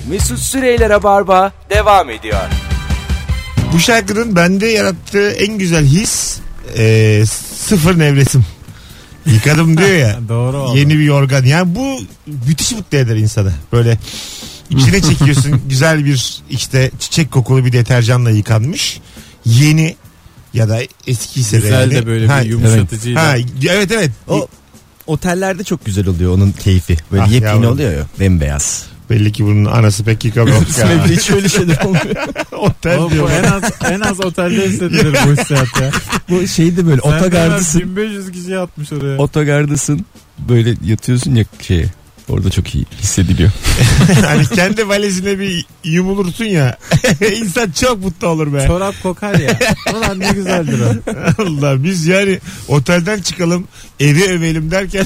Mesut Süreyler'e barba devam ediyor. Bu şarkının bende yarattığı en güzel his sıfır nevresim. Yıkadım diyor ya. Doğru. Yeni bir yorgan. Yani bu müthiş mutlu eder insanı. Böyle içine çekiyorsun güzel bir işte çiçek kokulu bir deterjanla yıkanmış. Yeni ya da eskiyse de. Güzel de böyle bir yumuşatıcıyla. Evet. O otellerde çok güzel oluyor onun keyfi. Böyle yepyeni yavrum. oluyor ya, bembeyaz. Belli ki bunun anası pek yıkamamış. Hiç öyle şeyler olmuyor. Otel Oğlum, diyor. en az otelde hissedilir bu hissiyat ya. Bu şeyde böyle Sen otogardısın. 1500 kişi yatmış oraya. Otogardısın. Böyle yatıyorsun ya şeye. Orada çok iyi hissediliyor. Hani kendi valizine bir yumulursun ya. İnsan çok mutlu olur be. Çorap kokar ya. Ulan ne güzeldir o. Allah, biz yani otelden çıkalım evi övelim derken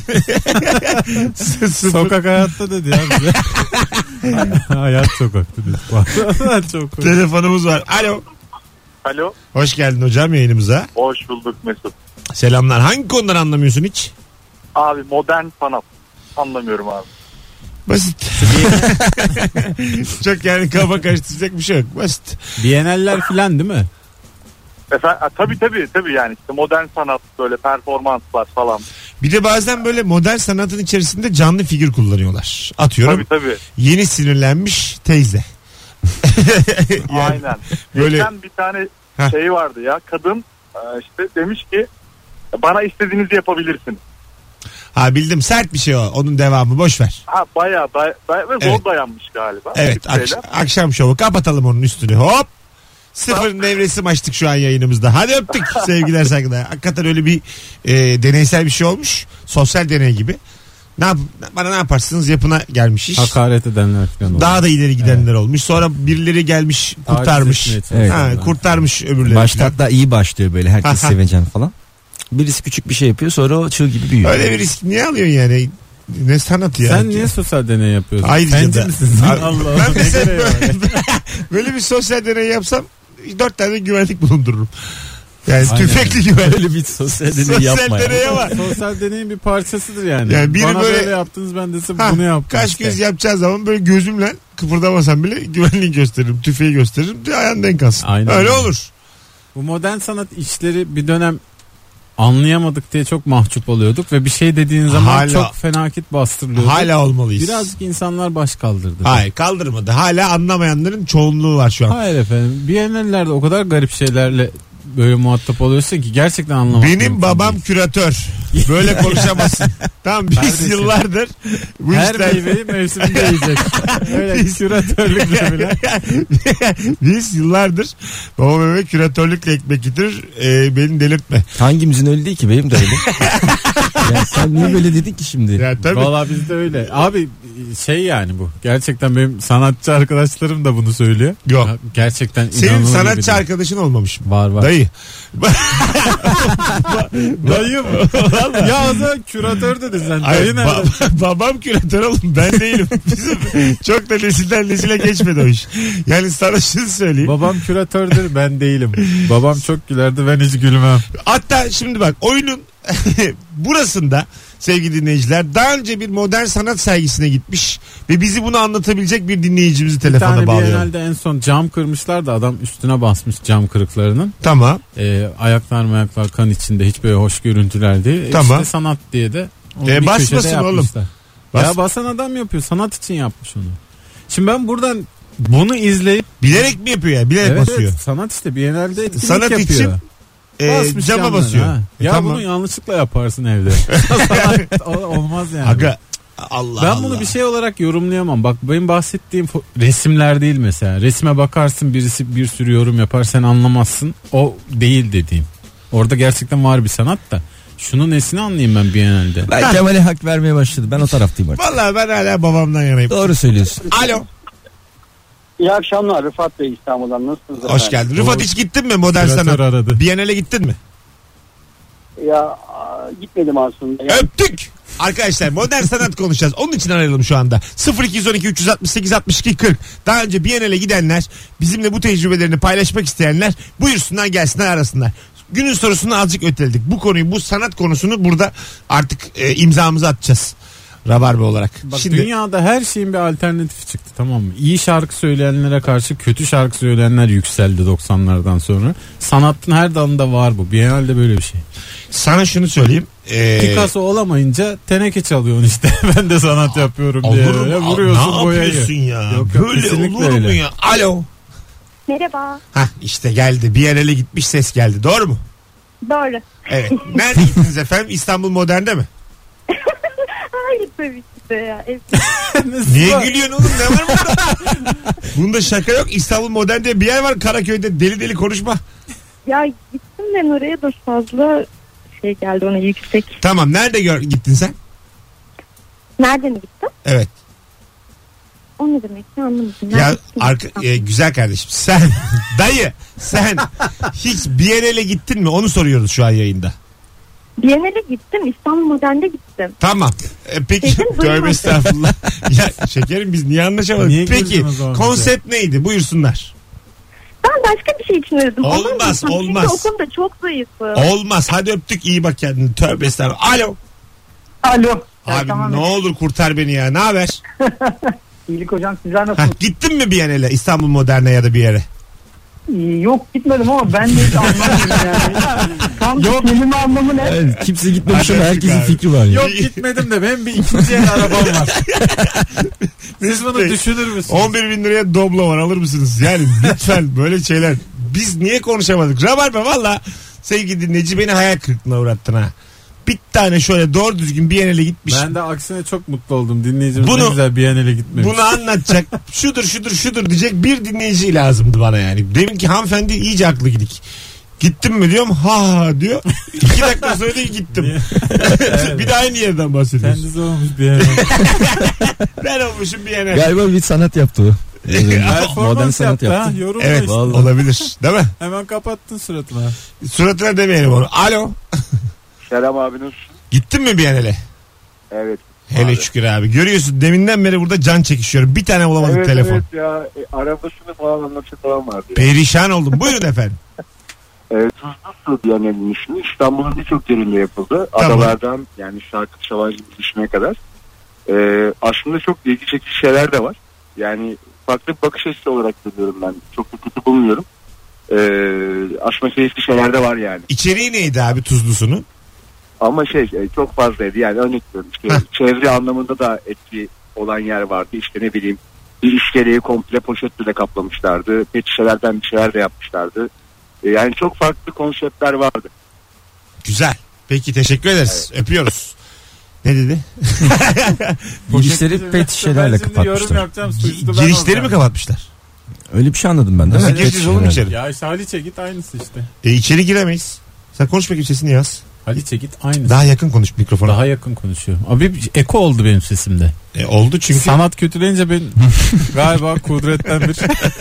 Sokak hayatta dedi ya bize. Hayat sokaktı dedi. Çok Telefonumuz var. Alo. Alo. Hoş geldin hocam yayınımıza. Hoş bulduk Mesut. Selamlar. Hangi konuları anlamıyorsun hiç? Abi modern sanat. Anlamıyorum abi. Basit. Çok yani kafa karıştıracak bir şey yok. Basit. Biyeneller filan değil mi? Efendim, tabii yani işte modern sanat böyle performanslar falan. Bir de bazen böyle modern sanatın içerisinde canlı figür kullanıyorlar. Atıyorum. Tabii. Yeni sinirlenmiş teyze. Yani, aynen. Böyle... Geçen bir tane şey vardı ya, kadın işte demiş ki bana istediğinizi yapabilirsin. Ha bildim, sert bir şey o. Onun devamı, boş ver. Ha bayağı zor dayanmış galiba. Evet, akşam şovu kapatalım onun üstünü. Hop. Sıfır nevresim açtık şu an yayınımızda. Hadi öptük sevgiler saygılar. Hakikaten öyle bir deneysel bir şey olmuş. Sosyal deney gibi. Bana ne yaparsınız yapına gelmiş iş. Hakaret edenler falan olmuş. Daha da ileri gidenler olmuş. Sonra birileri gelmiş kurtarmış. Kurtarmış öbürleri. Başta hatta iyi başlıyor böyle, herkes sevecen falan. Birisi küçük bir şey yapıyor, sonra o çığ gibi büyüyor. Öyle bir risk niye alıyorsun yani? Ne sanat ya? Sen niye sosyal deney yapıyorsun? Ayrıca da. Allah Ben mesela böyle bir sosyal deney yapsam 4 tane güvenlik bulundururum. Yani aynen. Tüfekli güvenlik. Öyle bir sosyal deney yapma ya. Deney ama. Sosyal deneyin bir parçasıdır yani. Yani biri bana böyle yaptınız, ben de size bunu yaptım. Kaş işte. göz yapacağız zaman böyle gözümle kıpırdamasam bile güvenliği gösteririm. Tüfeği gösteririm. Ayağın denk kalsın. Aynen. Öyle olur. Bu modern sanat işleri bir dönem anlayamadık diye çok mahcup oluyorduk ve bir şey dediğin zaman çok fenakit bastırılıyordu. Hala olmalıyız. Birazcık insanlar baş kaldırdı. Hayır, kaldırmadı. Hala anlamayanların çoğunluğu var şu an. Hayır efendim. Bienallerde o kadar garip şeylerle böyle muhatap oluyorsun ki gerçekten anlamak. Benim babam küratör. Böyle konuşamazsın. Tamam, biz kardeşim, yıllardır bu her işler... meyveyi mevsiminde yiyecek. Öyle küratörlükle bile. Biz yıllardır babam eve küratörlükle ekmek getirir. Beni delirtme. Hangimizin öyle değil ki, benim de öyle. Ya sen niye böyle dedin ki şimdi? Ya, valla bizde öyle. Abi şey yani bu. Gerçekten benim sanatçı arkadaşlarım da bunu söylüyor. Yok. Gerçekten senin sanatçı arkadaşın olmamış mı? Var. Dayı. Dayı mı? Ya o zaman küratör dedin sen. Dayı nerede? Babam küratör oğlum, ben değilim. Bizim çok da nesilden nesile geçmedi o iş. Yani sana şunu söyleyeyim. Babam küratördür, ben değilim. Babam çok gülerdi, ben hiç gülmem. Hatta şimdi bak, oyunun burasında sevgili dinleyiciler, daha önce bir modern sanat sergisine gitmiş ve bizi bunu anlatabilecek bir dinleyicimizi telefona bağlıyor. Bir tane Biennale'de en son cam kırmışlar da adam üstüne basmış cam kırıklarının. Tamam. Ayaklar kan içinde, hiç böyle hoş görüntüler değil. Tamam. İşte sanat diye de basmasın oğlum. Ya basan adam yapıyor, sanat için yapmış onu. Şimdi ben buradan bunu izleyip bilerek mi yapıyor ya? Bilerek basıyor. Evet, sanat işte Biennale'de etkinlik sanat yapıyor. Için cama basıyor. Ya tamam. bunu yanlışlıkla yaparsın evde. Olmaz yani. Aga, Allah ben bunu bir şey olarak yorumlayamam. Bak benim bahsettiğim resimler değil mesela. Resme bakarsın, birisi bir sürü yorum yapar, sen anlamazsın. O değil dediğim. Orada gerçekten var bir sanat da. Şunun nesini anlayayım ben Biennale'de. Ben Kemal'e hak vermeye başladım. Ben o taraftayım artık. Vallahi ben hala babamdan yanayım. Doğru söylüyorsun. Alo. İyi akşamlar Rıfat Bey, İstanbul'dan nasılsınız? Hoş geldin. Rıfat, hiç gittin mi modern sanat? Biennale gittin mi? Ya gitmedim aslında. Ya. Öptük. Arkadaşlar modern sanat konuşacağız. Onun için arayalım şu anda. 0212 368 62 40. Daha önce Biennale gidenler, bizimle bu tecrübelerini paylaşmak isteyenler buyursunlar, gelsinler, arasınlar. Günün sorusunu azıcık öteledik. Bu konuyu, bu sanat konusunu burada artık imzamızı atacağız. Rabarba olarak. Bak Şimdi dünyada her şeyin bir alternatifi çıktı, tamam mı? İyi şarkı söyleyenlere karşı kötü şarkı söyleyenler yükseldi 90'lardan sonra. Sanatın her dalında var bu. Biennale'de böyle bir şey. sana şunu söyleyeyim. Picasso olamayınca teneke çalıyorsun işte. Ben de sanat yapıyorum diye. Olur mu? Böyle vuruyorsun Ne boyayı. yapıyorsun ya? Yok, Böyle kesinlikle olur mu öyle. ya? Alo. Merhaba. Hah işte geldi. Biennale gitmiş, ses geldi. Doğru mu? Doğru. Evet. Nerede gittiniz efendim? İstanbul Modern'de mi? Hayır tabii ki de ya. Niye gülüyorsun oğlum? Ne var bunda? Bunda şaka yok. İstanbul Modern diye bir yer var Karaköy'de. Deli deli konuşma. Ya gittim ben oraya da fazla şey geldi ona, yüksek. Tamam. Nerede gittin sen? Nerede mi gittim? Evet. O ne demek ya, anlamadım. Ya Nerede güzel kardeşim. Sen dayı sen hiç Biennale gittin mi? Onu soruyoruz şu an yayında. Biennale gittim. İstanbul Modern'de gittim. Tamam. Peki Dedim, tövbe duymadım. estağfurullah. Ya şekerim biz niye anlaşamadık? Niye Peki güldünüz o an konsept neydi? Buyursunlar. Ben başka bir şey için aradım. Olmaz, olmaz. Çünkü o konuda çok zayıfım. Olmaz. Hadi öptük, iyi bak kendine. Tövbe estağfurullah. Alo. Alo. Abi Tamam. ne olur kurtar beni ya. Ne haber? İyilik hocam, sizler nasılsınız? Gittin mi Biennale? İstanbul Modern'e ya da bir yere? Yok gitmedim ama ben de hiç anlamadım yani. Tam kelime anlamı ne? Evet, kimse gitmemiş Hadi ama öptük herkesin abi. fikri var. Ya. Yok gitmedim de benim bir ikinci el arabam var. Siz bunu düşünür müsünüz? 11 bin liraya Doblo var, alır mısınız? Yani lütfen böyle şeyler. Biz niye konuşamadık? Rabarba valla sevgili dinleyici beni hayal kırıklığına uğrattın ha. Bir tane şöyle doğru düzgün Biennale gitmiş. Ben de aksine çok mutlu oldum. Dinleyicimiz Bunu- ne güzel Biennale gitmemiş. Bunu anlatacak şudur diyecek bir dinleyici lazımdı bana yani. Demin ki hanımefendi iyice aklı gidik. Gittim mi diyorum ha diyor. 2 dakika sonra diyor gittim. Bir de aynı yerden bahsediyorsun. Kendisi olmuş Biennale. Ben olmuşum Biennale. Galiba bir sanat yaptı o. Modern Performans sanat yaptı ha. yaptı. Yorumla Evet işte. olabilir değil mi? Hemen kapattın suratına. Suratına demeyelim onu. Alo. Selam abi, nasılsın? Gittin mi Biennale? Evet. Hele Abi. şükür abi. Görüyorsun deminden beri burada can çekişiyorum. Bir tane bulamadık Evet telefon. evet ya. Arabasını falan anlatacak falan vardı ya. Perişan oldum. Buyurun efendim. Tuzlu Su Biennale'nin ismi İstanbul'un birçok yerinde yapıldı. Tamam. Adalardan yani şarkı şavancı müzisine kadar. Aslında çok ilgi çekici şeyler de var. Yani farklı bir bakış açısı olarak görüyorum ben. Çok da kötü bulmuyorum. Aslında keyifli şeyler de var yani. İçeriği neydi abi tuzlusunun? Ama çok fazlaydı yani, örnek veriyorum. İşte çevre anlamında da etki olan yer vardı. İşte ne bileyim, bir iskeleyi komple poşetle kaplamışlardı. Pet şişelerden bir şeyler de yapmışlardı. Yani çok farklı konseptler vardı. Güzel. Peki teşekkür ederiz. Öpüyoruz. Ne dedi? Girişleri pet şişelerle Ben şimdi yorum kapatmışlar. yapacağım. Suçlu ben Girişleri mi olacağım. kapatmışlar? Öyle bir şey anladım ben de. Nasıl Evet, pet gireceğiz oğlum şişelerle. içeri? Ya işte Haliç'e git aynısı işte. İçeri giremeyiz. Sen konuş bakayım, sesini yaz. Haliç'e git aynısı. Daha yakın konuş mikrofona. Daha yakın konuşuyorum. Abi bir eko oldu benim sesimde. Oldu çünkü. Sanat kötüleyince ben galiba kudretten bir...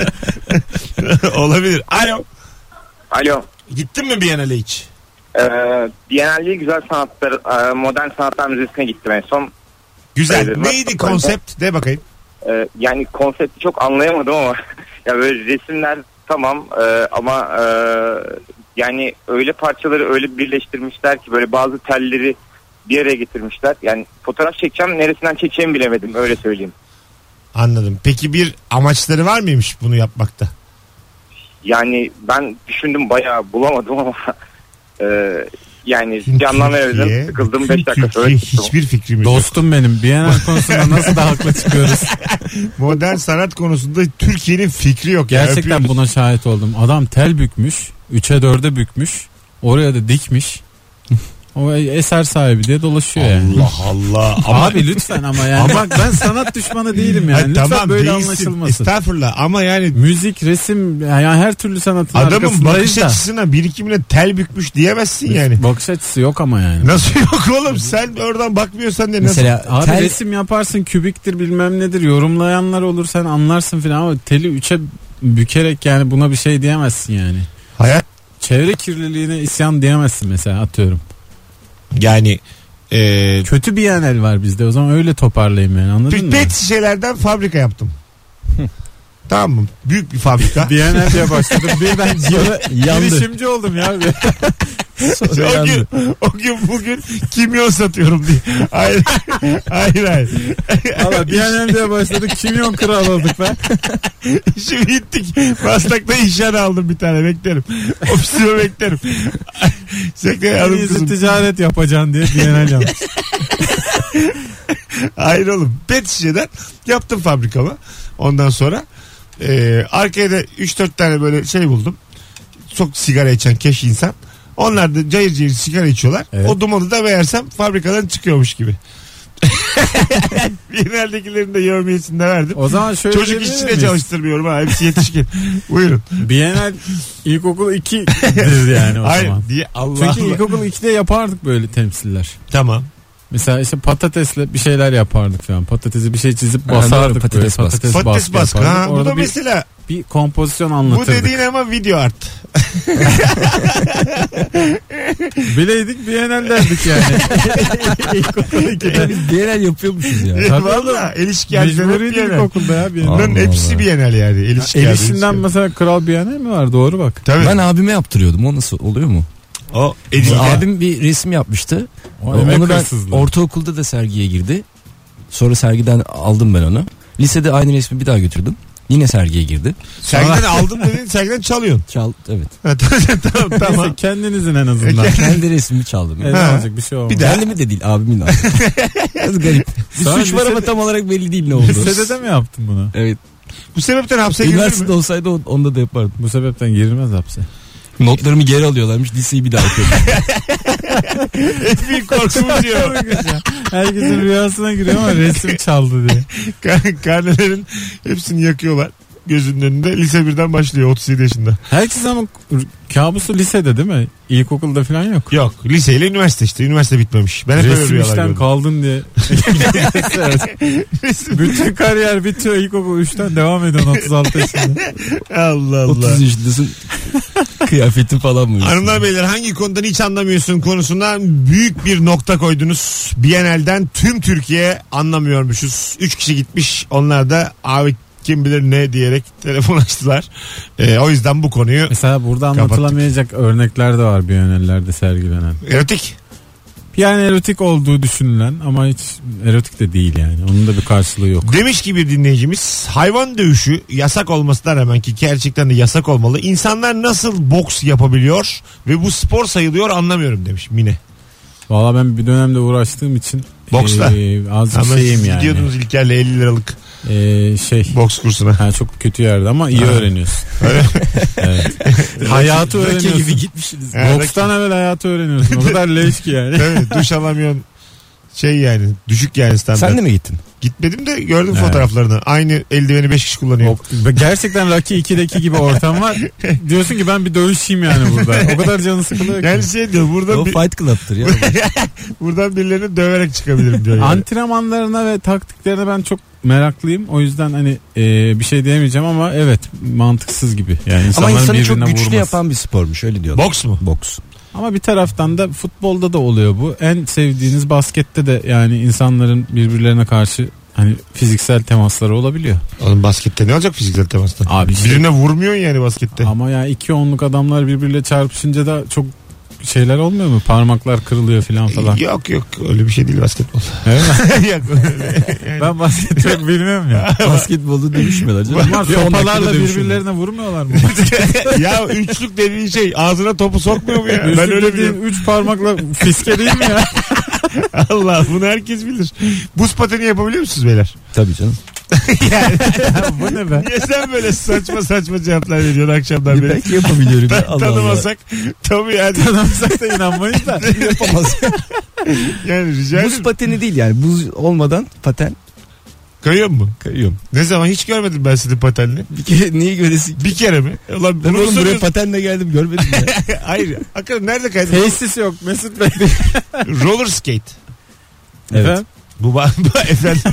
Olabilir. Alo. Alo. Gittin mi Biennale hiç? Biennale Güzel Sanatlar, Modern Sanatlar Müzesi'ne gittim en son. Güzel. Evet, Neydi konsept? De bakayım. Yani konsepti çok anlayamadım ama ya böyle resimler tamam ama yani öyle parçaları öyle birleştirmişler ki böyle bazı telleri bir araya getirmişler. Yani fotoğraf çekeceğim, neresinden çekeceğimi bilemedim, öyle söyleyeyim. Anladım. Peki bir amaçları var mıymış bunu yapmakta? Yani ben düşündüm, bayağı bulamadım ama yani bir anlam veremedim. Sıkıldım, 5 dakika sonra Türkiye çıktım. hiçbir fikrim yok. Dostum benim. Biennale konusunda nasıl da haklı çıkıyoruz. Modern sanat konusunda Türkiye'nin fikri yok. ya. Gerçekten Öpüyoruz. buna şahit oldum. Adam tel bükmüş. 3'e 4'e bükmüş. Oraya da dikmiş. O eser sahibi diye dolaşıyor yani. Allah Allah. Ama Abi lütfen ama yani. Bak ben sanat düşmanı değilim yani. Ay, Lütfen tamam böyle değilsin. anlaşılmasın. Estağfurullah ama yani Müzik, resim yani her türlü sanatın adamın arkasındayız bakış da. açısına birikimine tel bükmüş diyemezsin yani. Bakış açısı yok ama yani. Nasıl yok oğlum? Sen oradan bakmıyorsan ne nasıl? Mesela Abi tel, resim yaparsın, kübiktir bilmem nedir, yorumlayanlar olur, sen anlarsın filan ama teli 3'e bükerek yani buna bir şey diyemezsin yani. Hayat Çevre kirliliğine isyan diyemezsin mesela, atıyorum. yani Kötü bir Biennale var bizde, o zaman öyle toparlayayım yani, anladın mı? pet şişelerden fabrika yaptım. Tamam mı? Büyük bir fabrika. Biennale diye başladım. Birden yandı. girişimci oldum ya. o gün bugün kimyon satıyorum diye. Hayır. Valla BNM'de başladık, kimyon kralı olduk be. Şimdi gittik. Maslak'ta inşaat aldım bir tane, beklerim. Ofisime beklerim. En iyisi ticaret yapacaksın diye BNL yapmış. Hayır oğlum. Pet şişeden yaptım fabrikamı. Ondan sonra arkaya da 3-4 tane böyle şey buldum. Çok sigara içen keş insan. Onlar da cayır cayır sigara içiyorlar. Evet. O dumanı da meğersem fabrikadan çıkıyormuş gibi. Bienal'dekilerin de yevmiyesini de verdim. O zaman şöyle çocuk işçi de çalıştırmıyorum ha. Hepsi yetişkin. Buyurun. Bienal ilkokul 2 yani o hayır, zaman. Diye Allah çünkü Allah. ilkokul 2'de yapardık böyle temsiller. Tamam. Mesela işte patatesle bir şeyler yapardık falan. Patatesi bir şey çizip basardık. Patates böyle. baskı. Patates baskı. Ha, bu da mesela bir kompozisyon anlatırdık. bu dediğin ama video art. Bileydik Bienal derdik yani. Biz Bienal yapıyormuşuz ya. Valla el işkence mecburiydik okulda ya Bienal. Bunların hepsi Bienal yani. El işkence. El işinden mesela Kral Bienal mi var? Doğru bak. Tabii. Ben abime yaptırıyordum. O nasıl oluyor mu? O abim bir resim yapmıştı. Onu ben ortaokulda da sergiye girdi. Sonra sergiden aldım ben onu. Lisede aynı resmi bir daha götürdüm. Yine sergiye girdi. Sergiden aldım dedin, sergiden çalıyorsun. Evet. Tamam. Kendinizin en azından. Kendi resmimi çaldım. Ne olacak bir şey olmaz. Bir daha. Kendimi de değil, abimin de. Biraz garip. Bir suç var ama tam olarak belli değil ne oldu. Lisede de mi yaptın bunu? Evet. Bu sebepten hapse girdin mi? Üniversitede olsaydı onda da yapardım. Bu sebepten girilmez hapse. Notlarımı geri alıyorlarmış, liseyi bir daha yapıyorum. En büyük korkumuz diyor. Herkesin rüyasına giriyor ama resim çaldı diye. Karnelerin hepsini yakıyorlar gözünün önünde. Lise 1'den başlıyor 37 yaşında. Herkes ama kabusu lisede değil mi? İlkokulda falan yok. Yok, liseyle üniversite işte. Üniversite bitmemiş. Ben hep öyle resim rüyalar işten gördüm. kaldın diye. Bütün kariyer bitiyor, ilkokul 3'ten devam ediyorsun 36 yaşında. Allah Allah. 30 yaşındasın. Kıyafetin falan mı? Hanımlar beyler, hangi konudan hiç anlamıyorsun konusunda büyük bir nokta koydunuz. Bienal'den tüm Türkiye anlamıyormuşuz. 3 kişi gitmiş. Onlar da abi kim bilir ne diyerek telefon açtılar. O yüzden bu konuyu mesela burada anlatılamayacak örnekler de var Bienallerde sergilenen. Erotik. Yani erotik olduğu düşünülen ama hiç erotik de değil yani. Onun da bir karşılığı yok. Demiş ki bir dinleyicimiz, hayvan dövüşü yasak olmasına rağmen ki gerçekten de yasak olmalı. İnsanlar nasıl boks yapabiliyor ve bu spor sayılıyor anlamıyorum demiş Mine. Valla ben bir dönemde uğraştığım için boksla. Azıcık şeyim yani. Gidiyordunuz İlker'le 50 liralık boks kursuna. Ha, çok kötü yerde ama iyi öğreniyorsun. Evet. Hayatı öğreniyorsun. gibi gitmişsiniz. Bokstan evvel hayatı öğreniyorsun. O kadar leş ki yani. Evet, duş alamıyorsun. Yani düşük yani standart. Sen de mi gittin? Gitmedim de gördüm fotoğraflarını. Aynı eldiveni 5 kişi kullanıyor. Gerçekten Rocky 2'deki gibi ortam var. Diyorsun ki ben bir dövüşeyim yani burada. O kadar canı sıkılıyor ki. Yani şey diyor burada o Fight Club'tır ya. buradan birilerini döverek çıkabilirim diyor. Yani. Antrenmanlarına ve taktiklerine ben çok meraklıyım. O yüzden hani bir şey diyemeyeceğim ama evet mantıksız gibi. Yani ama insanı çok güçlü vurması. yapan bir spormuş öyle diyorlar. Boks mu? Boks. Ama bir taraftan da futbolda da oluyor bu. En sevdiğiniz baskette de yani insanların birbirlerine karşı hani fiziksel temasları olabiliyor. Oğlum baskette ne olacak fiziksel temastan? Abi birine vurmuyorsun yani baskette. Ama ya 2 onluk adamlar birbiriyle çarpışınca da çok şeyler olmuyor mu? Parmaklar kırılıyor falan. Yok öyle bir şey değil basketbol. Evet mi? Yok, yani. Ben basket çok bilmiyorum ya. Basketbolda dövüşmüyorlar canım. Bunlar sopalarla birbirlerine vurmuyorlar mı? Ya üçlük dediğin şey ağzına topu sokmuyor mu ya? Üçlük ben öyle dediğin 3 parmakla fiske değil mi ya? Allah, bunu herkes bilir. Buz pateni yapabiliyor musunuz beyler? Tabii canım. Yani, bu ne be? Niye sen böyle saçma cevaplar veriyorsun akşamdan beri? Belki yapabiliyorum. Tanımasak tabii yani. Tanımasak da inanmayız da. Yapamaz. Yani rica ederim. Buz pateni değil yani. Buz olmadan paten. Kayıyor mu? Kayıyorum. Ne zaman hiç görmedim ben senin patenini. Bir kere niye göresin? Bir kere mi? Ulan ben oğlum buraya patenle geldim görmedim ya. Hayır. Hakikaten nerede kaydın? Tesis yok Mesut Bey. Roller skate. Evet. Bu efendim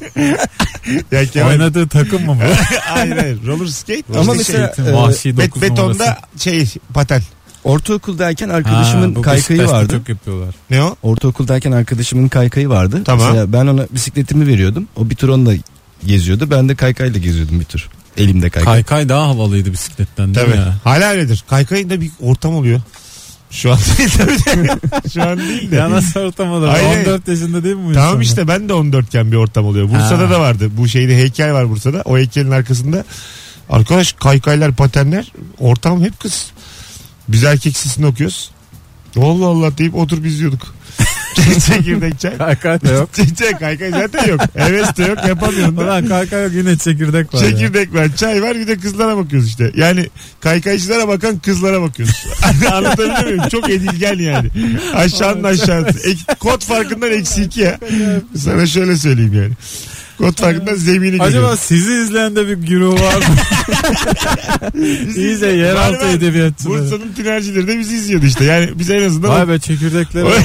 diye. Oynadığı takım mı bu? Hayır. Roller skate. Ama mesela vahşi dokuz betonda paten. Ortaokuldayken arkadaşımın kaykayı vardı. Çok yapıyorlar. Ne o? Ortaokuldayken arkadaşımın kaykayı vardı. Tamam. Mesela ben ona bisikletimi veriyordum. O bir tur onunla geziyordu. Ben de kaykayla geziyordum bir tur. Elimde kaykay. Kaykay daha havalıydı bisikletten değil Tabii. mi ya? Hala öyledir. Kaykayın da bir ortam oluyor. Şu an değil tabii de. Şu an değil de. Ya nasıl ortam olur? Aynen. 14 yaşında değil mi bu Tamam insanlar? işte ben de 14'ken bir ortam oluyor. Bursa'da da vardı. Bu şeyde heykel var Bursa'da. O heykelin arkasında arkadaş kaykaylar, patenler, ortam hep kız. Biz erkek sesini okuyoruz. Allah Allah deyip oturup izliyorduk. Çekirdek çay. Kaykay da yok. Kaykay zaten yok. Heves de yok, yapamıyorum da. Ulan kaykay yok, yine çekirdek var. Çekirdek var, çay var, bir de kızlara bakıyoruz işte. Yani kaykaycılara bakan kızlara bakıyoruz. Anlatabiliyor muyum? Çok edilgen yani. Aşağının aşağısı. Kod farkından -2 ya. Sana şöyle söyleyeyim yani. Kod farkından zemini görüyorum. Acaba sizi izleyen de bir güruh var mı? İyice yeraltı edebiyatçıları. Bursa'nın tinercileri de bizi izliyordu işte. Yani biz en azından... Vay be, çekirdekleri var.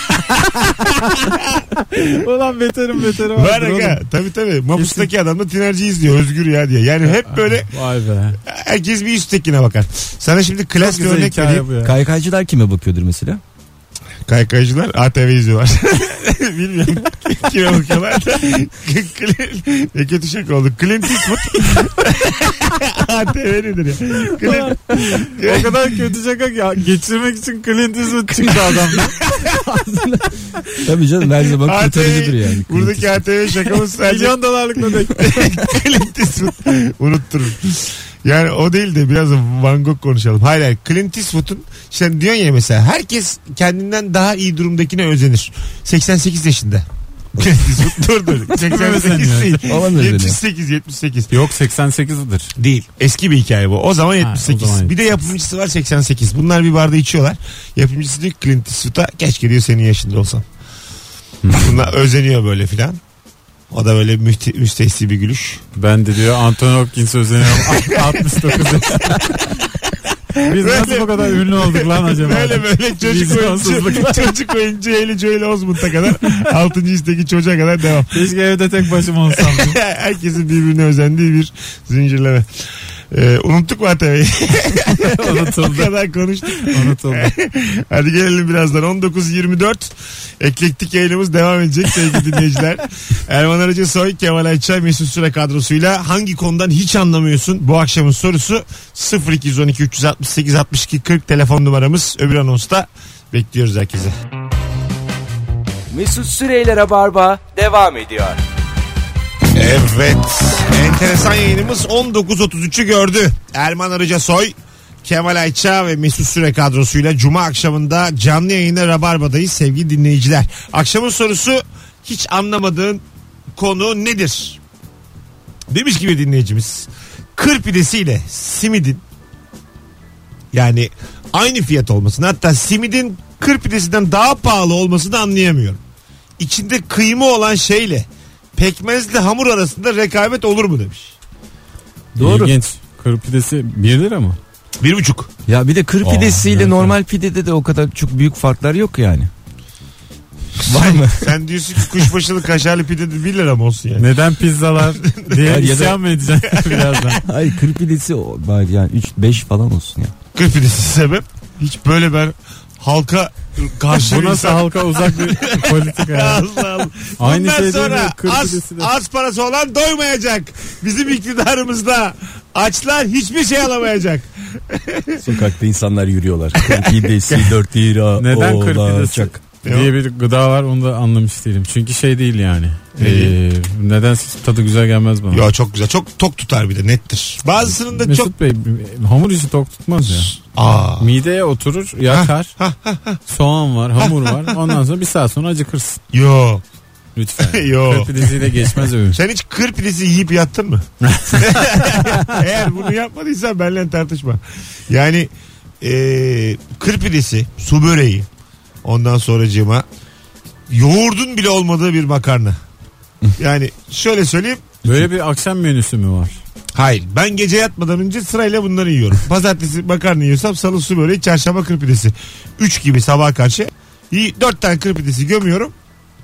Ulan beterim var aga. Tabii. Mapus'taki adam da tinerci izliyor. Özgür ya diye. Yani hep böyle... Vay be. Herkes bir üsttekine bakar. Sana şimdi klas bir örnek vereyim. Kaykaycılar kime bakıyordur mesela? Kaykaycılar ATV izliyorlar. Bilmiyorum kime bakıyorlar da. Ne kötü şaka oldu. Clint Eastwood. ATV nedir ya? O kadar kötü şaka ki geçirmek için Clint Eastwood çıktı adamdan. Tabii canım, her zaman kurtarıcıdır yani. Buradaki ATV şakamız sadece $1 milyonluk bebek. Clint Eastwood unutturur. Yani o değil de biraz Van Gogh konuşalım. Hayır. Clint Eastwood'un işte diyorsun ya mesela, herkes kendinden daha iyi durumdakine özenir. 88 yaşında. Clint Eastwood dur. 88 değil. 78. Yok, 88'dir. Değil. Eski bir hikaye bu. O zaman 78. O zaman bir de yapımcısı var 88. Bunlar bir barda içiyorlar. Yapımcısı diyor Clint Eastwood'a, keşke diyor senin yaşında olsam. Bunlar özeniyor böyle filan. O da böyle müstehsi bir gülüş. Ben de diyor Anthony Hopkins özeniyorum. 69 yaşında. Biz böyle, nasıl bu kadar ünlü olduk lan acaba? Böyle çocuk oyuncu Hayley Joel Osment'a kadar 6. histeki çocuğa kadar devam. Keşke evde tek başıma olsam. Herkesin birbirine özendiği bir zincirleme. Unuttuk mu ATV'yi? Unutuldu. O kadar konuştuk. Unutuldu. Hadi gelelim birazdan. 19.24 eklektik yayınımız devam edecek sevgili dinleyiciler. Erman Arıca Soy, Kemal Ayça, Mesut Süre kadrosuyla hangi konudan hiç anlamıyorsun? Bu akşamın sorusu 0212 368 62 40 telefon numaramız. Öbür anonsta bekliyoruz herkese. Mesut Süreyler'e barba devam ediyor. Evet. Enteresan yayınımız 19.33'ü gördü. Erman Arıca Soy, Kemal Ayça ve Mesut Süre kadrosuyla Cuma akşamında canlı yayında Rabarba'dayız sevgili dinleyiciler. Akşamın sorusu, hiç anlamadığın konu nedir? Demiş gibi dinleyicimiz, kır pidesiyle simidin, yani aynı fiyat olmasını, hatta simidin kır pidesinden daha pahalı olmasını anlayamıyorum. İçinde kıyma olan şeyle pekmezli hamur arasında rekabet olur mu demiş. Doğru. İlginç. Kır pidesi 1 lira mı? 1,5. Ya bir de kır pidesiyle evet, normal pidede de o kadar çok büyük farklar yok yani. Var mı? Sen diyorsun ki kuşbaşılı kaşarlı pide de 1 lira mı olsun yani? Neden pizzalar diye Ya da- isyan mı edeceksin birazdan? Hayır, kır pidesi bari yani 3-5 falan olsun ya. Kır pidesi sebep. Hiç böyle ben halka karşı Bu nasıl halka uzak bir politika ya? Allah Allah. Aynı Bundan şey değil sonra mi? Kır az, pidesi de. az parası olan doymayacak. Bizim iktidarımızda açlar hiçbir şey alamayacak. Sokakta insanlar yürüyorlar. Kır pidesi 4 lira Neden kır pidesi olacak. diye bir gıda var, onu da anlamış değilim. Çünkü şey değil yani. Neden tadı güzel gelmez bana. Ya çok güzel. Çok tok tutar bir de, nettir. Bazısının da Mesut çok... Bey, hamur işi tok tutmaz ya. Mideye oturur, yakar. Soğan var, hamur var. Ondan sonra bir saat sonra acıkırsın. Yo. Lütfen. Yo. Kır pidesiyle geçmez öyle. Sen hiç kır pidesi yiyip yattın mı? Eğer bunu yapmadıysan benimle tartışma. Yani kır pidesi, su böreği, ondan sonracığıma yoğurdun bile olmadığı bir makarna. Yani şöyle söyleyeyim. Böyle bir akşam menüsü mü var? Hayır, ben gece yatmadan önce sırayla bunları yiyorum. Pazartesi makarna yiyorsam salı su böreği, çarşamba kır pidesi. 3 gibi sabah karşı 4 tane kır pidesi gömüyorum.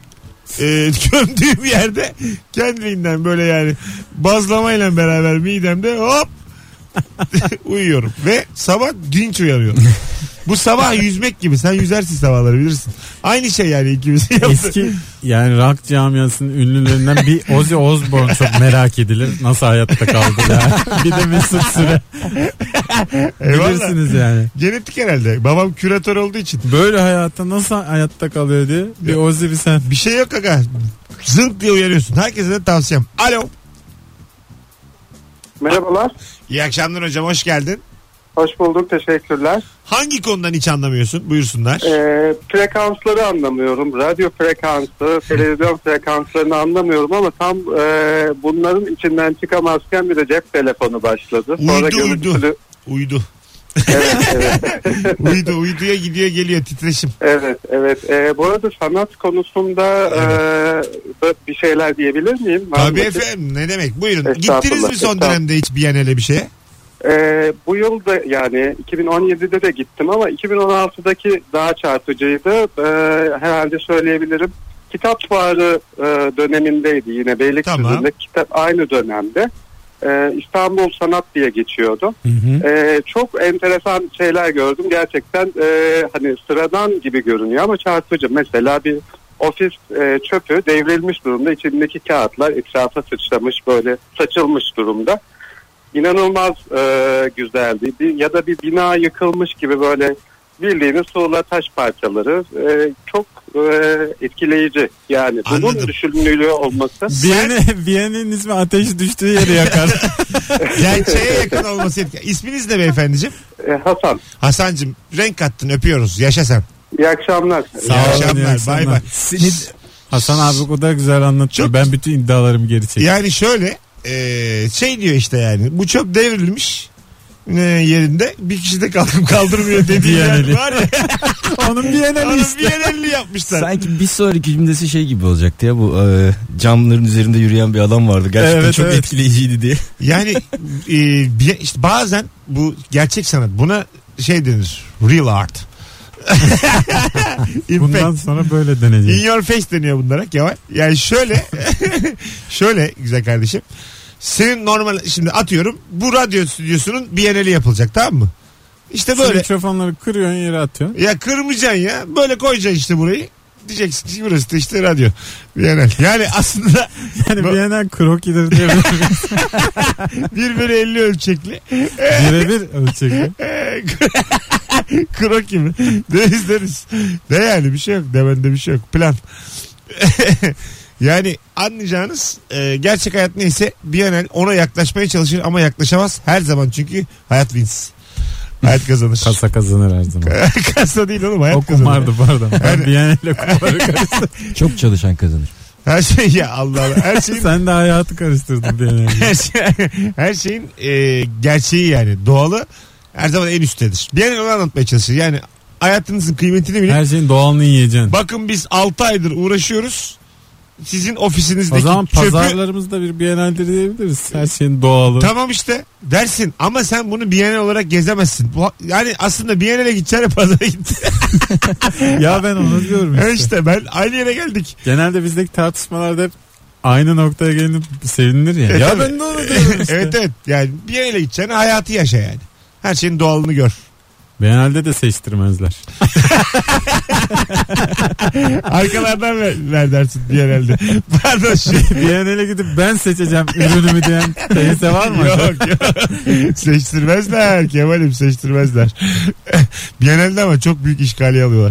Gömdüğüm yerde kendiliğinden böyle yani bazlamayla beraber midemde hop uyuyorum ve sabah dinç uyanıyorum. Bu sabah yüzmek gibi. Sen yüzersin sabahları bilirsin. Aynı şey yani ikimiz yaptık. Eski yani rock camiasının ünlülerinden bir Ozzy Osbourne çok merak edilir. Nasıl hayatta kaldı ya. Bir de Mesut Süre. Bilirsiniz yani. Genetik herhalde. Babam küratör olduğu için. Böyle hayatta nasıl hayatta kalıyor diye. Bir Ozzy bir sen. Bir şey yok aga. Zınk diye uyanıyorsun. Herkese de tavsiyem. Alo. Merhabalar. İyi akşamlar hocam, hoş geldin. Hoş bulduk, teşekkürler. Hangi konudan hiç anlamıyorsun? Buyursunlar. Frekansları anlamıyorum. Radyo frekansı, televizyon frekanslarını anlamıyorum ama tam bunların içinden çıkamazken bir de cep telefonu başladı. Sonra Uydu. Evet. Uyduya gidiyor geliyor titreşim. Evet. Bu arada sanat konusunda bir şeyler diyebilir miyim? Tabii efendim, ne demek, buyurun. Gittiniz mi son dönemde hiç Biennale bir şeye? Bu yıl da yani 2017'de de gittim ama 2016'daki daha çarpıcıydı. Herhalde söyleyebilirim. Kitap fuarı dönemindeydi yine Beylikdüzü'nde. Tamam. Aynı dönemde. İstanbul Sanat diye geçiyordu. Çok enteresan şeyler gördüm. Gerçekten hani sıradan gibi görünüyor ama çarpıcı. Mesela bir ofis çöpü devrilmiş durumda. İçindeki kağıtlar etrafa sıçramış, böyle saçılmış durumda. İnanılmaz güzeldi. Ya da bir bina yıkılmış gibi böyle bildiğiniz tuğla taş parçaları. Çok etkileyici. Yani bunun düşünülüyor olması. Biennale'nin ismi ateş düştüğü yeri yakar. Gerçeğe yakın olması yetkili. İsminiz ne beyefendiciğim? Hasan. Hasancığım, renk kattın, öpüyoruz. Yaşa sen. İyi akşamlar. İyi akşamlar. Bay bay. Hasan abi o kadar güzel anlatıyor. Ben bütün iddialarımı geri çektim. Yani şöyle şey diyor işte yani. Bu çöp devrilmiş yerinde, bir kişi de kalkıp kaldırmıyor dediği yer var ya. Onun Biennale'li yapmışlar. Sanki bir sonraki cümlesi şey gibi olacaktı ya, bu camların üzerinde yürüyen bir adam vardı. Gerçekten çok etkileyiciydi diye. Yani işte bazen bu gerçek sanat, buna şey denir, real art. Bundan sonra böyle deneyeceğim. In your face deniyor bunlara Kemal. Yani şöyle güzel kardeşim. Senin normal, şimdi atıyorum bu radyo stüdyosunun Biennale yapılacak, tamam mı? İşte böyle. Mikrofonları kırıyorsun, yere atıyorsun. Ya kırmayacaksın ya. Böyle koyacaksın işte burayı. Diyeceksin ki burası da işte radyo. Biennale. Yani aslında. Yani Biennale krokidir diyebilir miyiz? 1/50 ölçekli. Birebir ölçekli. Kroki mi? Deriz. Ne yani, bir şey yok. Demende bir şey yok. Plan. Yani anlayacağınız gerçek hayat neyse Biennale ona yaklaşmaya çalışır ama yaklaşamaz her zaman, çünkü hayat wins. Hayat kazanır. Kasa kazanır her zaman. Kasa değil oğlum, hayat o kazanır. kumardı pardon. Ben Biennale kumarı karıştırdım. Çok çalışan kazanır. Her şey ya, Allah Allah. Her şeyin, sen de hayatı karıştırdın Biennale. her şeyin gerçeği yani doğalı her zaman en üsttedir. Biennale onu anlatmaya çalışır. Yani hayatınızın kıymetini bilin. Her şeyin doğalını yiyeceksin. Bakın biz 6 aydır uğraşıyoruz. Sizin ofisinizdeki o zaman çöpü... pazarlarımızda bir Biennale'dir diyebiliriz. Her şeyin doğalı. Tamam işte dersin ama sen bunu Biennale olarak gezemezsin. Yani aslında Biennale gideceğine pazara git. Ya ben onu diyorum işte. İşte ben aynı yere geldik. Genelde bizdeki tartışmalarda hep aynı noktaya gelinip sevinilir ya. Ya ben de onu diyorum işte. Evet yani Biennale gideceğine hayatı yaşa yani. Her şeyin doğalını gör. Biennale'de de seçtirmezler. Arkalardan ver dersin Biennale'de. Pardon Biennale gidip ben seçeceğim ürünümü diyen teyze var mı? Yok. Seçtirmezler Kemal'im, seçtirmezler. Biennale'de ama çok büyük işgaliye alıyorlar.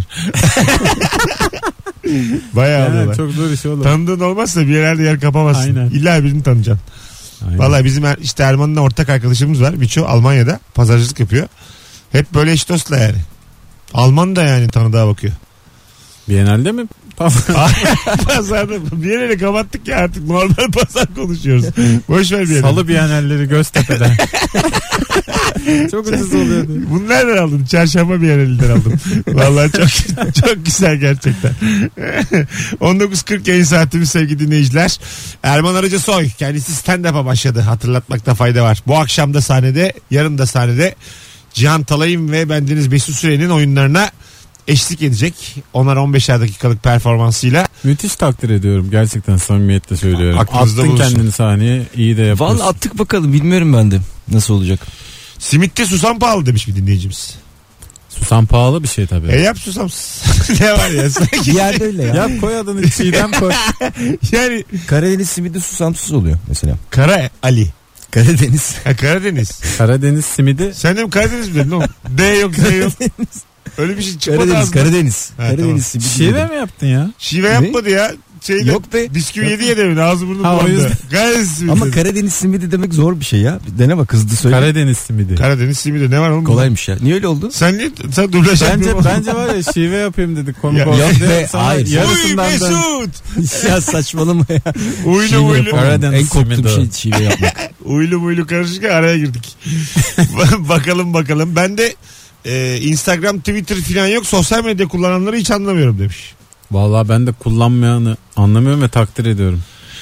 Bayağı yani alıyorlar. Çok zor iş olur. Tanıdığın olmazsa Biennale'de yer kapamazsın. Aynen. İlla birini tanıyacaksın. Aynen. Vallahi bizim işte Erman'la ortak arkadaşımız var. Birçoğu Almanya'da pazarcılık yapıyor. Hep böyle eş dostla yani. Alman da yani tanıdığa bakıyor. Biennale'de mi? Pazarda. Biennale'yi kapattık ya, artık normal pazar konuşuyoruz. Boş ver Biennale. Salı Biennale'leri Göztepe'de. Çok ucuz oluyordu. Bunu nereden aldın? Çarşamba Biennale'den aldım. Vallahi çok güzel gerçekten. 19.40 yayın saatimiz sevgili dinleyiciler. Erman Arıcısoy kendisi stand-up'a başladı. Hatırlatmakta fayda var. Bu akşam da sahnede, yarın da sahnede Cihan Talay'ın ve bendeniz Mesut Süren'in oyunlarına eşlik edecek. 10-15'er dakikalık performansıyla. Müthiş takdir ediyorum. Gerçekten samimiyetle söylüyorum. Aklınızda attın bulunsun. kendini sahneye, iyi de yapıyorsun. Vallahi attık bakalım, bilmiyorum ben de nasıl olacak. Simitte susam pahalı demiş bir dinleyicimiz. Susam pahalı bir şey tabii. Yap susam. Ne var ya sanki. Bir yerde öyle ya. Yap koy adını çiğdem koy. Yani Karadeniz simidi susamsız oluyor mesela. Kara Ali. Karadeniz. Ha, Karadeniz. Karadeniz simidi. Sen de mi Karadeniz mi dedin oğlum? D yok D yok. Öyle bir şey çıkmadı Karadeniz, ağzından. Karadeniz. Ha, Karadeniz tamam. simidi. Şive mi yaptın ya? Şive yapmadı ya. Şeyde, Yok be. bisküvi yedi ya demin ağzı burnu Ha, o bulandı. yüzden. Karadeniz simidi. Ama Karadeniz simidi demek zor bir şey ya. Dene bak, hızlı söyle. Karadeniz simidi. Karadeniz simidi ne var oğlum? Kolaymış ya. Niye öyle oldu? Sen dublaj yapıyorsun. Bence var ya şive yapayım dedik konuk Ya, oldu. yok diye be, sana hayır. Uy yarısından dön. Mesut. Ya saçmalama ya. Uylu Şive uylu. yapamam. Karadeniz En korktuğum simidi o. şey şive yapmak. Uylu muylu karışık araya girdik. bakalım. Ben de Instagram, Twitter falan yok. Sosyal medya kullananları hiç anlamıyorum demiş. Vallahi ben de kullanmayanı anlamıyorum ve takdir ediyorum.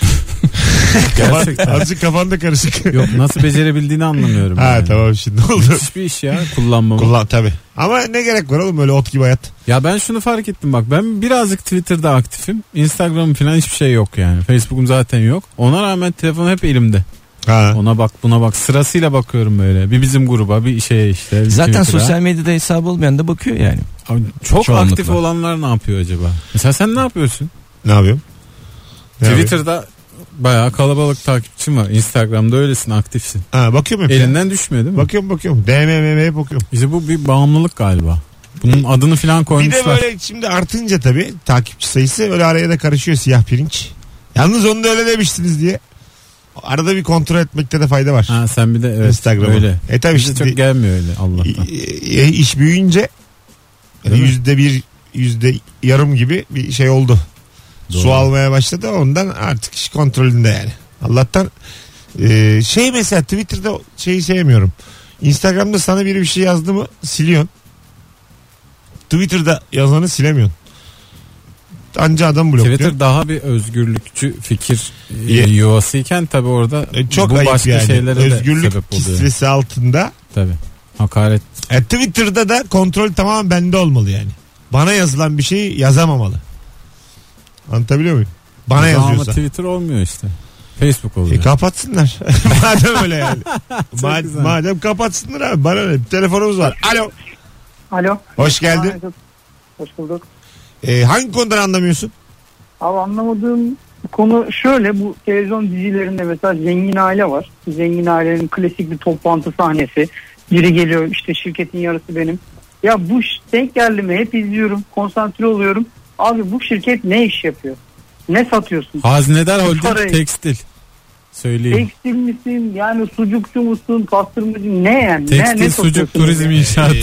Gerçekten. Azıcık kafanda karışık. Yok, nasıl becerebildiğini anlamıyorum. Ha yani. tamam şimdi oldu. Müthiş bir iş ya kullanmam. Kullan tabii. Ama ne gerek var oğlum öyle ot gibi hayat. Ya ben şunu fark ettim bak, ben birazcık Twitter'da aktifim. Instagram'ım falan hiçbir şey yok yani. Facebook'um zaten yok. Ona rağmen telefon hep elimde. Ha. Ona bak buna bak, sırasıyla bakıyorum böyle. Bir bizim gruba, bir şeye işte. Bir Zaten Twitter'a. sosyal medyada hesabı olmayan da bakıyor yani. Abi, çok Çoğunlukla. aktif olanlar ne yapıyor acaba? Mesela sen ne yapıyorsun? Ne yapıyorum? Ne yapıyorum? Twitter'da bayağı kalabalık takipçin var. Instagram'da öylesin, aktifsin. Ha, bakıyorum hep. ya. Elinden düşmüyor değil mi? Bakıyorum. DM'ye bakıyorum. İşte bu bir bağımlılık galiba. Bunun adını falan Bir koymuşlar. de böyle şimdi artınca tabii takipçi sayısı öyle araya da karışıyor siyah pirinç. Yalnız onu da öyle demiştiniz diye. Arada bir kontrol etmekte de fayda var. Ha, sen bir de evet, Instagram'a. öyle. Tabii Bize şimdi çok gelmiyor öyle Allah'tan. iş büyüyünce Değil mi? yüzde yarım gibi bir şey oldu. Doğru. Su almaya başladı, ondan artık iş kontrolünde yani. Allah'tan mesela Twitter'da şeyi sevmiyorum. Instagram'da sana biri bir şey yazdı mı siliyorsun. Twitter'da yazanı silemiyorsun. Anca adam blokluyor. Twitter daha bir özgürlükçü fikir Ye- yuvasıyken tabii orada Çok bu ayıp başka yani. şeylere de Özgürlük sebep oluyor. kisvesi altında. Tabii. Hakaret. Twitter'da da kontrol tamamen bende olmalı yani. Bana yazılan bir şeyi yazamamalı. Anlatabiliyor muyum? Bana Ama yazıyorsa. Twitter olmuyor işte. Facebook oluyor. Kapatsınlar. Madem öyle yani. güzel. Madem kapatsınlar abi. Bana ne? Telefonumuz var. Alo. Alo. Hoş geldin. Hoş bulduk. Hangi konudan anlamıyorsun? Abi anlamadığım konu şöyle, bu televizyon dizilerinde mesela zengin aile var. Zengin ailenin klasik bir toplantı sahnesi. Biri geliyor, işte şirketin yarısı benim. Ya bu denk geldi mi hep izliyorum, konsantre oluyorum. Abi bu şirket ne iş yapıyor? Ne satıyorsun? Haznedar Holding Parayı- Tekstil. Söyleyeyim. Tekstil misin? Yani sucukçu musun? Pastırmacı ne yani? Tekstil, ne sucuk, satıyorsun turizm, yani? inşaat.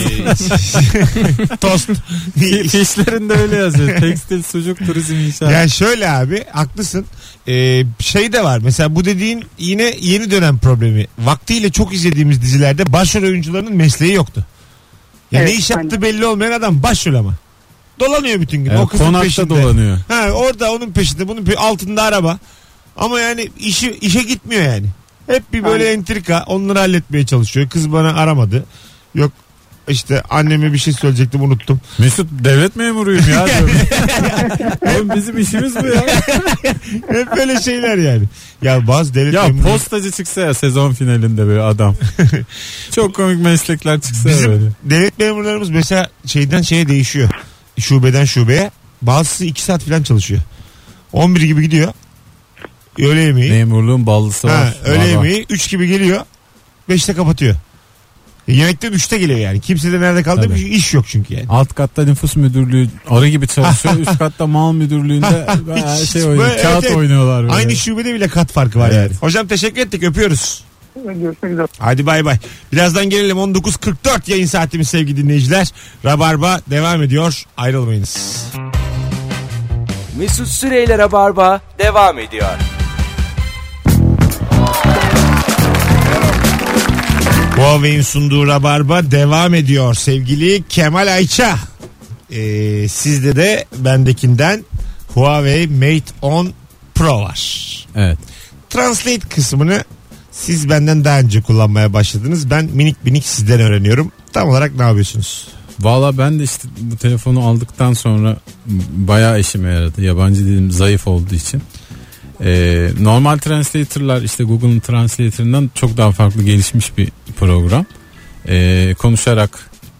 Tost. Fişlerinde öyle yazıyor. Tekstil, sucuk, turizm, inşaat. Yani şöyle abi haklısın. Şey de var mesela bu dediğin yine yeni dönem problemi. Vaktiyle çok izlediğimiz dizilerde başrol oyuncularının mesleği yoktu. Ya Evet, ne iş yaptığı aynen. belli olmayan adam başrol ama. Dolanıyor bütün gün. Evet, o kızın konakta peşinde. dolanıyor. Ha, orada onun peşinde, bunun altında araba. Ama yani işe gitmiyor yani. Hep bir böyle entrika, onları halletmeye çalışıyor. Kız bana aramadı. Yok işte anneme bir şey söyleyecektim, unuttum. Mesut devlet memuruyum ya. Oğlum bizim işimiz bu ya. Hep böyle şeyler yani. Ya bazı devlet Ya memuru- postacı çıksa ya sezon finalinde böyle adam. Çok komik meslekler çıksa ya Bizim böyle. devlet memurlarımız mesela şeyden şeye değişiyor. Şubeden şubeye. Bazısı 2 saat falan çalışıyor. 11 gibi gidiyor. Öğle yemeği. Memurluğun ballısı var. Ha, öğle Var, var. yemeği 3 gibi geliyor. 5'te kapatıyor. Yemekten 3'te geliyor yani. Kimse de nerede kaldı Tabii. bir iş yok çünkü yani. Alt katta nüfus müdürlüğü arı gibi çalışıyor. Üst katta mal müdürlüğünde bayağı Hiç- şey oynuyor. böyle, Kağıt evet. oynuyorlar böyle. Aynı şubede bile kat farkı var Evet. yani. Hocam teşekkür ettik, öpüyoruz. Görüşmek üzere. Hadi bay bay. Birazdan gelelim, 19.44 yayın saatimiz sevgili dinleyiciler. Rabarba devam ediyor. Ayrılmayınız. Mesut Süreyler'e barba devam ediyor. Huawei'in sunduğu Rabarba devam ediyor sevgili Kemal Ayça. Sizde de bendekinden Huawei Mate 10 Pro var. Evet. Translate kısmını siz benden daha önce kullanmaya başladınız. Ben minik sizden öğreniyorum. Tam olarak ne yapıyorsunuz? Valla ben de işte bu telefonu aldıktan sonra bayağı işime yaradı. Yabancı dilim zayıf olduğu için. Normal translator'lar işte Google'ın translator'ından çok daha farklı gelişmiş bir program. Konuşarak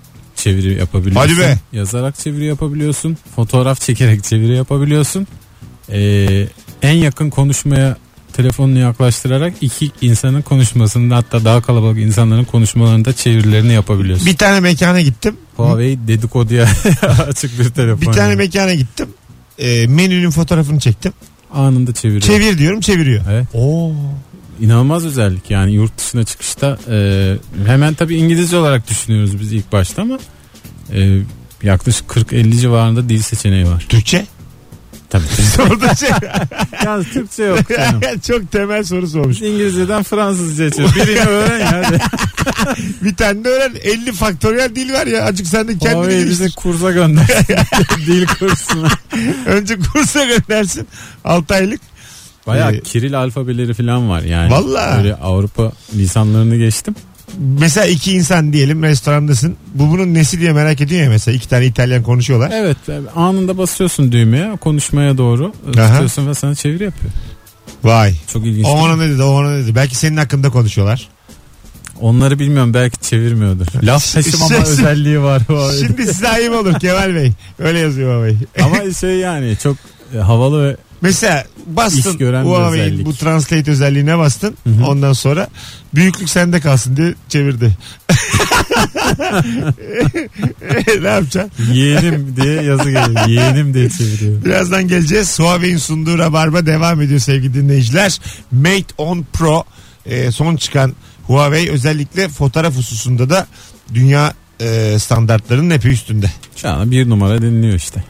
çeviri yapabiliyorsun. Hadi be. Yazarak çeviri yapabiliyorsun. Fotoğraf çekerek çeviri yapabiliyorsun. En yakın konuşmaya telefonunu yaklaştırarak iki insanın konuşmasını, hatta daha kalabalık insanların konuşmalarını da çevirilerini yapabiliyorsun. Bir tane mekana gittim. Huawei dedikoduya açık bir telefon. Bir tane mekana gittim. Menünün fotoğrafını çektim. Anında çeviriyor. Çevir diyorum, çeviriyor. Evet. Oo. İnanılmaz özellik yani. Yurt dışına çıkışta hemen tabii İngilizce olarak düşünüyoruz biz ilk başta ama yaklaşık 40-50 civarında dil seçeneği var. Türkçe? Tabii. Sorduğun şey. Yani Türkçe yok canım. Çok temel soru sormuş. İngilizceden Fransızca çevir. Birini öğren ya. Bir tane de öğren. 50 faktöriyel dil var ya. Azıcık sen de kendini Huawei bizi geliştir. kursa göndersin. Dil kursuna. Önce kursa göndersin. 6 aylık. Bayağı Kiril alfabeleri falan var yani. Vallahi. Böyle Avrupa lisanlarını geçtim. Mesela iki insan diyelim restorandasın. Bu bunun nesi diye merak ediyor ya mesela. 2 tane İtalyan konuşuyorlar. Evet, anında basıyorsun düğmeye, konuşmaya doğru tutuyorsun ve sana çeviri yapıyor. Vay. Çok ilginç. O ona ne dedi, o ona ne dedi. Belki senin hakkında konuşuyorlar. Onları bilmiyorum, belki çevirmiyordur. Laf taşımama özelliği var. Şimdi size ayıp olur Kemal Bey. Öyle yazıyor Huawei. Ama şey yani çok havalı ve mesela bastın Huawei'in bu translate özelliğine bastın. Hı-hı. Ondan sonra büyüklük sende kalsın diye çevirdi. Ne yapacaksın? Yeğenim diye yazı geliyor. Yeğenim diye çeviriyor. Birazdan geleceğiz. Huawei'in sunduğu Rabarba devam ediyor sevgili dinleyiciler. Mate 10 Pro son çıkan Huawei, özellikle fotoğraf hususunda da dünya standartlarının epey üstünde. Şu an bir numara dinliyor işte.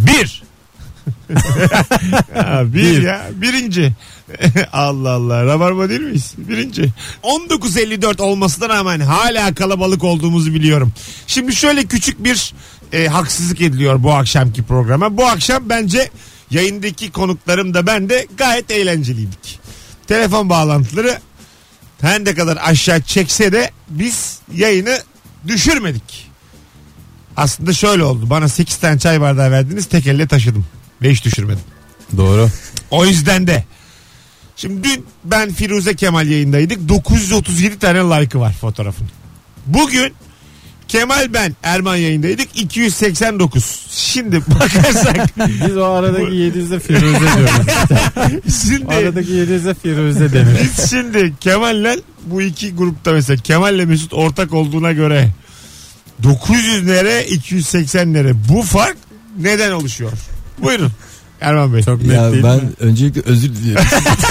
Bir ya, birinci. Allah Allah, Rabarba değil miyiz? Birinci. 19.54 olmasına rağmen hala kalabalık olduğumuzu biliyorum. Şimdi şöyle küçük bir haksızlık ediliyor bu akşamki programa. Bu akşam bence yayındaki konuklarım da ben de gayet eğlenceliydik. Telefon bağlantıları her ne kadar aşağı çekse de biz yayını düşürmedik. Aslında şöyle oldu. Bana 8 tane çay bardağı verdiniz, tek elle taşıdım. Ve hiç düşürmedim. Doğru. O yüzden de. Şimdi dün ben Firuze Kemal yayındaydık. 937 tane like'ı var fotoğrafın. Bugün Kemal ben Erman yayındaydık. 289. Şimdi bakarsak. Biz o aradaki 700'e Firuze diyoruz. Şimdi, aradaki 700'e Firuze denir. Biz şimdi Kemal'le bu iki grupta mesela Kemal'le Mesut ortak olduğuna göre 900 nere 280 nere, bu fark neden oluşuyor? Buyurun Erman Bey. Çok net ya değil ben mi? Öncelikle özür diliyorum.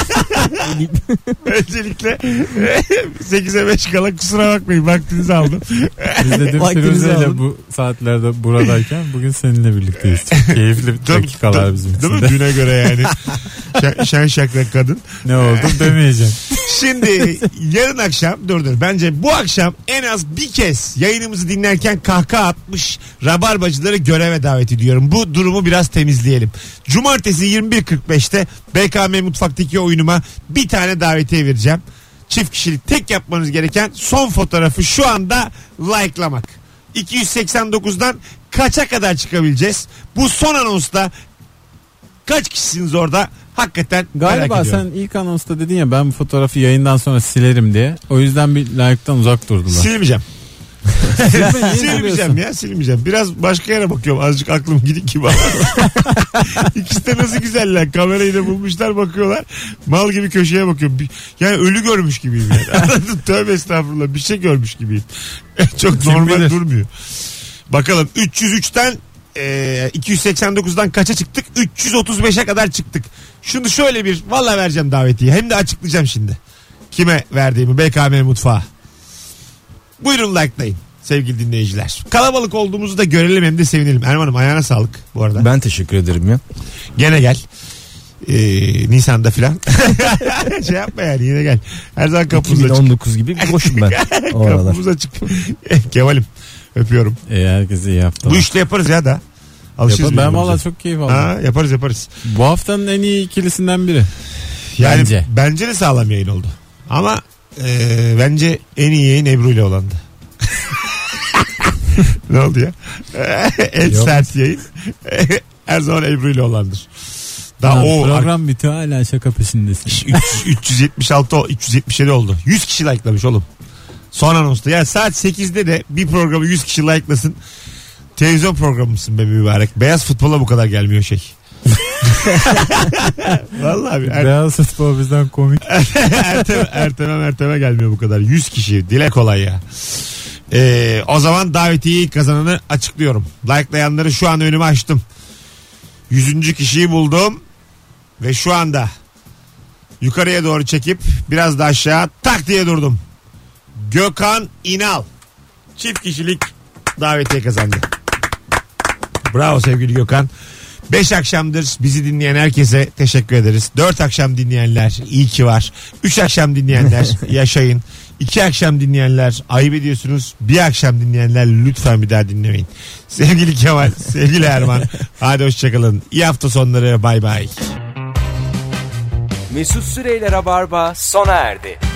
Öncelikle 8'e 5 kala kusura bakmayın, vaktinizi aldım. Biz de dün Firuze'yle bu saatlerde buradayken bugün seninle birlikteyiz. Çok keyifli dakikalar bizim için. Değil mi? Düne göre yani. Şen şakrak kadın. Ne oldu demeyeceğim. Şimdi yarın akşam bence bu akşam en az bir kez yayınımızı dinlerken kahkaha atmış rabarbacıları göreve davet ediyorum. Bu durumu biraz temizleyelim. Cumartesi 21.45'te BKM Mutfak'taki oyunuma bir tane davetiye vereceğim. Çift kişilik, tek yapmanız gereken son fotoğrafı şu anda like'lamak. 289'dan kaça kadar çıkabileceğiz? Bu son anonsta kaç kişisiniz orada? Hakikaten galiba sen ilk anonsta dedin ya, ben bu fotoğrafı yayından sonra silerim diye. O yüzden bir like'tan uzak durdular. Silmeyeceğim. Silmeyeceğim. Biraz başka yere bakıyorum. Azıcık aklım gidik gibi. İkisi de nasıl güzeller. Kamerayı da bulmuşlar, bakıyorlar. Mal gibi köşeye bakıyorum. Yani ölü görmüş gibiyim. Yani. Tövbe estağfurullah. Bir şey görmüş gibiyim. Çok kim normal bilir? Durmuyor. Bakalım 303'ten 289'dan kaça çıktık? 335'e kadar çıktık. Şunu şöyle bir valla vereceğim davetiyi. Hem de açıklayacağım şimdi. Kime verdiğimi, BKM Mutfağı. Buyurun like'layın sevgili dinleyiciler. Kalabalık olduğumuzu da görelim, hem de sevinelim. Erman'ım ayağına sağlık bu arada. Ben teşekkür ederim ya. Gene gel. Nisan'da filan. Şey yapma yani, yine gel. Her zaman kapımız açık. 2019 gibi boşum ben. Kapımız açık. Kemal'im öpüyorum. Herkese iyi haftalar. Bu işte yaparız ya da. Ben valla çok keyif aldım. Ha, yaparız. Bu haftanın en iyi ikilisinden biri. Yani bence de sağlam yayın oldu. Ama bence en iyi yayın Ebru ile olandı. Ne oldu ya? En sert yayın her zaman Ebru ile olandır. Daha o program bitiyor, hala şaka peşindesin. 376 377 oldu. 100 kişi like'lamış oğlum. Son anonsta. Ya saat 8'de de bir programı 100 kişi like'lasın. Televizyon programı mısın be mübarek? Beyaz futbola bu kadar gelmiyor şey. Vallahi abi. Beyaz futbol bizden komik. Ertem'e gelmiyor bu kadar. 100 kişi. Dile kolay ya. O zaman davetiyeyi kazananı açıklıyorum. Like'layanları şu an önüme açtım. 100. kişiyi buldum. Ve şu anda yukarıya doğru çekip biraz da aşağı tak diye durdum. Gökhan İnal çift kişilik davetiye kazandı. Bravo sevgili Gökhan. 5 akşamdır bizi dinleyen herkese teşekkür ederiz. 4 akşam dinleyenler iyi ki var. 3 akşam dinleyenler yaşayın. 2 akşam dinleyenler ayıp ediyorsunuz. 1 akşam dinleyenler lütfen bir daha dinlemeyin. Sevgili Kemal, sevgili Erman. Hadi hoşçakalın. İyi hafta sonları. Bay bay. Mesut Süreyler'e barba sona erdi.